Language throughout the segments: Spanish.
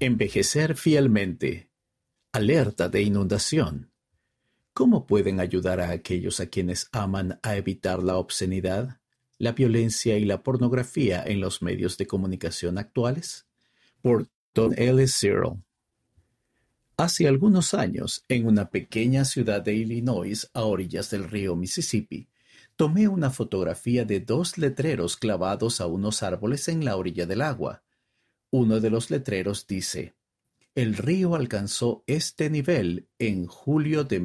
Envejecer fielmente. Alerta de inundación. ¿Cómo pueden ayudar a aquellos a quienes aman a evitar la obscenidad, la violencia y la pornografía en los medios de comunicación actuales? Por Don L. Searle. Hace algunos años, en una pequeña ciudad de Illinois a orillas del río Mississippi, tomé una fotografía de dos letreros clavados a unos árboles en la orilla del agua. Uno de los letreros dice: el río alcanzó este nivel en julio de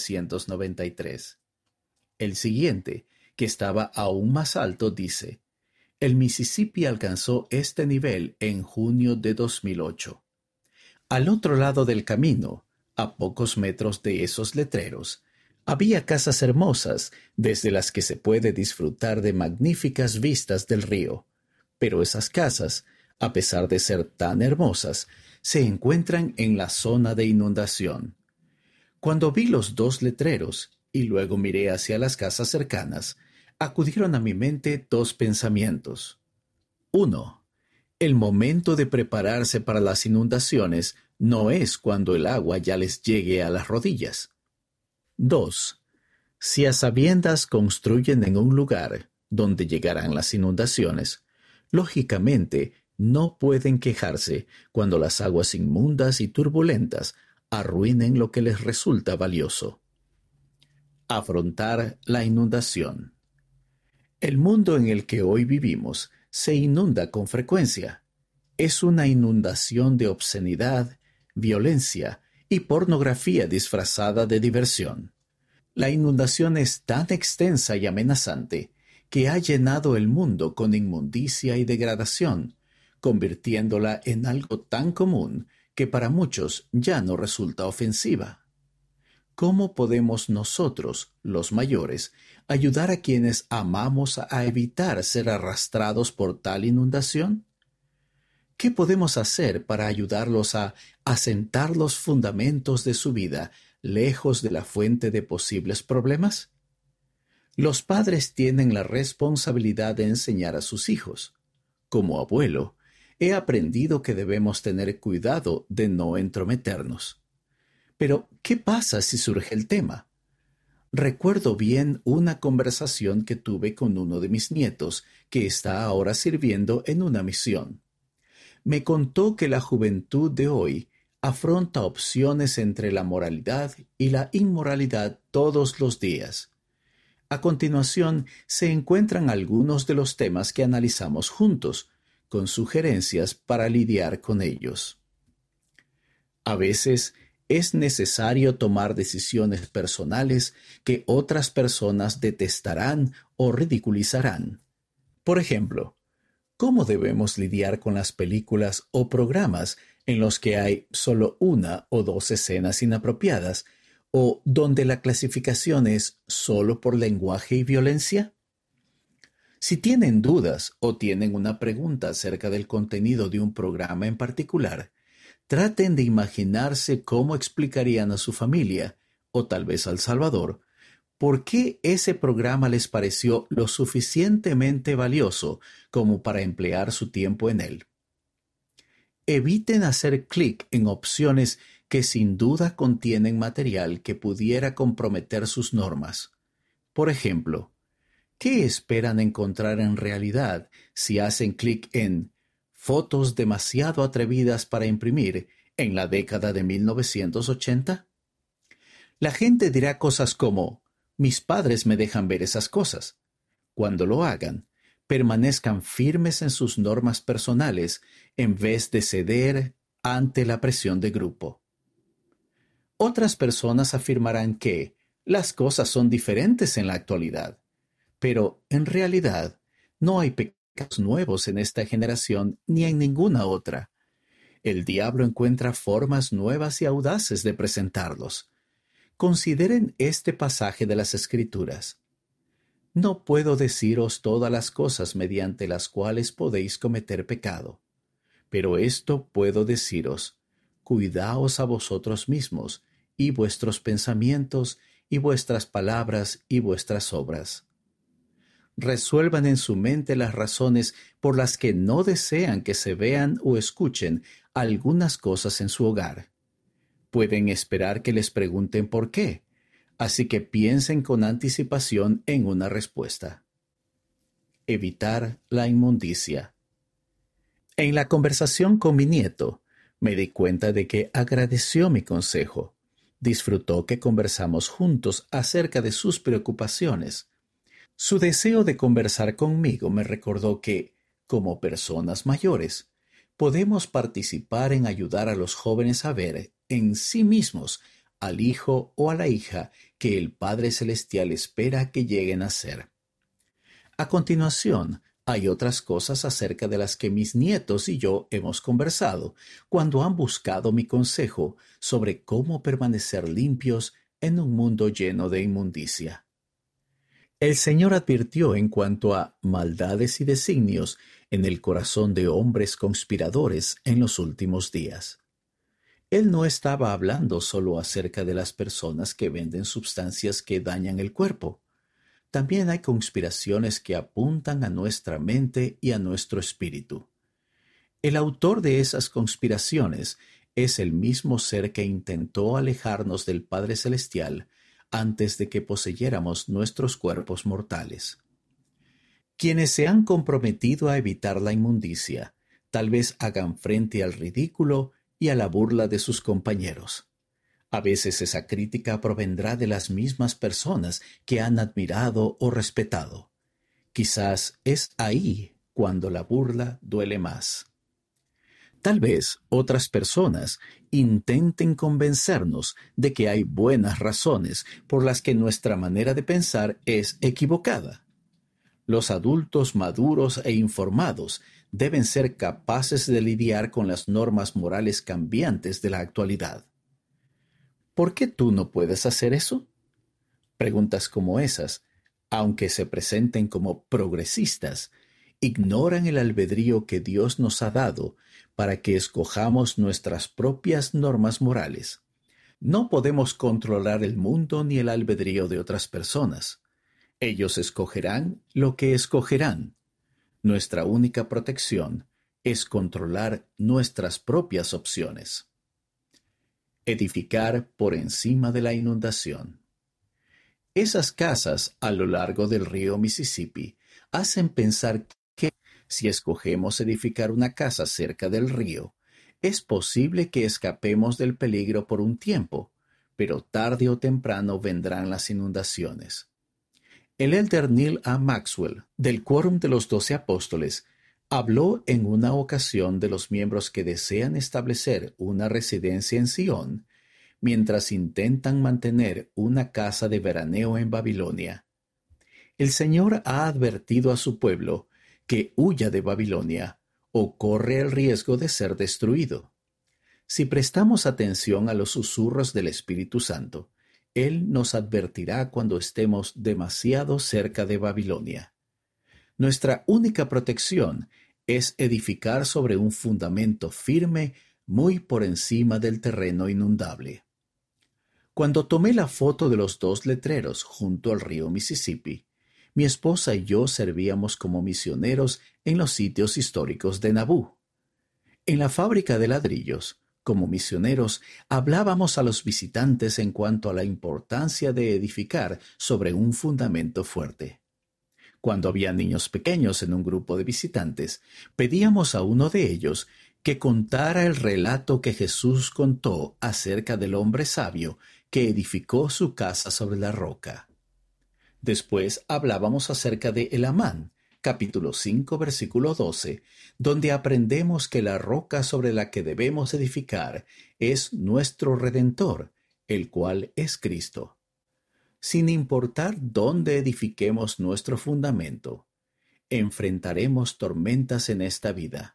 1993. El siguiente, que estaba aún más alto, dice: el Mississippi alcanzó este nivel en junio de 2008. Al otro lado del camino, a pocos metros de esos letreros, había casas hermosas desde las que se puede disfrutar de magníficas vistas del río. Pero esas casas, a pesar de ser tan hermosas, se encuentran en la zona de inundación. Cuando vi los dos letreros y luego miré hacia las casas cercanas, acudieron a mi mente dos pensamientos. 1. El momento de prepararse para las inundaciones no es cuando el agua ya les llegue a las rodillas. 2. Si a sabiendas construyen en un lugar donde llegarán las inundaciones, lógicamente no pueden quejarse cuando las aguas inmundas y turbulentas arruinen lo que les resulta valioso. Afrontar la inundación. El mundo en el que hoy vivimos se inunda con frecuencia. Es una inundación de obscenidad, violencia y pornografía disfrazada de diversión. La inundación es tan extensa y amenazante que ha llenado el mundo con inmundicia y degradación, convirtiéndola en algo tan común que para muchos ya no resulta ofensiva. ¿Cómo podemos nosotros, los mayores, ayudar a quienes amamos a evitar ser arrastrados por tal inundación? ¿Qué podemos hacer para ayudarlos a asentar los fundamentos de su vida lejos de la fuente de posibles problemas? Los padres tienen la responsabilidad de enseñar a sus hijos. Como abuelo, he aprendido que debemos tener cuidado de no entrometernos. Pero, ¿qué pasa si surge el tema? Recuerdo bien una conversación que tuve con uno de mis nietos, que está ahora sirviendo en una misión. Me contó que la juventud de hoy afronta opciones entre la moralidad y la inmoralidad todos los días. A continuación se encuentran algunos de los temas que analizamos juntos, con sugerencias para lidiar con ellos. A veces es necesario tomar decisiones personales que otras personas detestarán o ridiculizarán. Por ejemplo, ¿cómo debemos lidiar con las películas o programas en los que hay solo una o dos escenas inapropiadas o donde la clasificación es solo por lenguaje y violencia? Si tienen dudas o tienen una pregunta acerca del contenido de un programa en particular, traten de imaginarse cómo explicarían a su familia, o tal vez al Salvador, por qué ese programa les pareció lo suficientemente valioso como para emplear su tiempo en él. Eviten hacer clic en opciones que sin duda contienen material que pudiera comprometer sus normas. Por ejemplo, ¿qué esperan encontrar en realidad si hacen clic en fotos demasiado atrevidas para imprimir en la década de 1980? La gente dirá cosas como: mis padres me dejan ver esas cosas. Cuando lo hagan, permanezcan firmes en sus normas personales en vez de ceder ante la presión de grupo. Otras personas afirmarán que las cosas son diferentes en la actualidad, pero en realidad no hay pecados nuevos en esta generación ni en ninguna otra. El diablo encuentra formas nuevas y audaces de presentarlos. Consideren este pasaje de las Escrituras. No puedo deciros todas las cosas mediante las cuales podéis cometer pecado, pero esto puedo deciros: cuidaos a vosotros mismos y vuestros pensamientos y vuestras palabras y vuestras obras. resuelvan en su mente las razones por las que no desean que se vean o escuchen algunas cosas en su hogar. Pueden esperar que les pregunten por qué, así que piensen con anticipación en una respuesta. Evitar la inmundicia. En la conversación con mi nieto, me di cuenta de que agradeció mi consejo. Disfrutó que conversamos juntos acerca de sus preocupaciones. Su deseo de conversar conmigo me recordó que, como personas mayores, podemos participar en ayudar a los jóvenes a ver en sí mismos al hijo o a la hija que el Padre Celestial espera que lleguen a ser. A continuación, hay otras cosas acerca de las que mis nietos y yo hemos conversado cuando han buscado mi consejo sobre cómo permanecer limpios en un mundo lleno de inmundicia. El Señor advirtió en cuanto a maldades y designios en el corazón de hombres conspiradores en los últimos días. Él no estaba hablando solo acerca de las personas que venden sustancias que dañan el cuerpo. También hay conspiraciones que apuntan a nuestra mente y a nuestro espíritu. El autor de esas conspiraciones es el mismo ser que intentó alejarnos del Padre Celestial antes de que poseyéramos nuestros cuerpos mortales. Quienes se han comprometido a evitar la inmundicia, tal vez hagan frente al ridículo y a la burla de sus compañeros. A veces esa crítica provendrá de las mismas personas que han admirado o respetado. Quizás es ahí cuando la burla duele más. Tal vez otras personas intenten convencernos de que hay buenas razones por las que nuestra manera de pensar es equivocada. Los adultos maduros e informados deben ser capaces de lidiar con las normas morales cambiantes de la actualidad. ¿Por qué tú no puedes hacer eso? Preguntas como esas, aunque se presenten como progresistas, ignoran el albedrío que Dios nos ha dado para que escojamos nuestras propias normas morales. No podemos controlar el mundo ni el albedrío de otras personas. Ellos escogerán lo que escogerán. Nuestra única protección es controlar nuestras propias opciones. Edificar por encima de la inundación. Esas casas a lo largo del río Mississippi hacen pensar que, si escogemos edificar una casa cerca del río, es posible que escapemos del peligro por un tiempo, pero tarde o temprano vendrán las inundaciones. El elder Neil A. Maxwell, del Quórum de los 12 Apóstoles, habló en una ocasión de los miembros que desean establecer una residencia en Sion, mientras intentan mantener una casa de veraneo en Babilonia. El Señor ha advertido a su pueblo que huya de Babilonia o corre el riesgo de ser destruido. Si prestamos atención a los susurros del Espíritu Santo, Él nos advertirá cuando estemos demasiado cerca de Babilonia. Nuestra única protección es edificar sobre un fundamento firme muy por encima del terreno inundable. Cuando tomé la foto de los 2 letreros junto al río Mississippi, mi esposa y yo servíamos como misioneros en los sitios históricos de Nabú. En la fábrica de ladrillos, como misioneros, hablábamos a los visitantes en cuanto a la importancia de edificar sobre un fundamento fuerte. Cuando había niños pequeños en un grupo de visitantes, pedíamos a uno de ellos que contara el relato que Jesús contó acerca del hombre sabio que edificó su casa sobre la roca. Después hablábamos acerca de Elamán, capítulo 5, versículo 12, donde aprendemos que la roca sobre la que debemos edificar es nuestro Redentor, el cual es Cristo. Sin importar dónde edifiquemos nuestro fundamento, enfrentaremos tormentas en esta vida.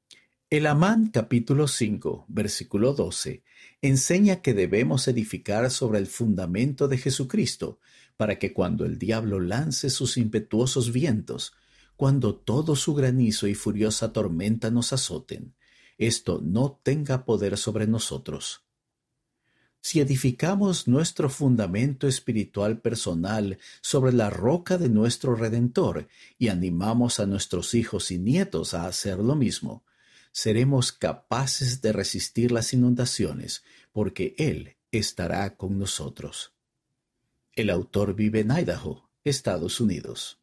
Elamán capítulo 5, versículo 12, enseña que debemos edificar sobre el fundamento de Jesucristo, para que cuando el diablo lance sus impetuosos vientos, cuando todo su granizo y furiosa tormenta nos azoten, esto no tenga poder sobre nosotros. Si edificamos nuestro fundamento espiritual personal sobre la roca de nuestro Redentor y animamos a nuestros hijos y nietos a hacer lo mismo, seremos capaces de resistir las inundaciones porque Él estará con nosotros. El autor vive en Idaho, Estados Unidos.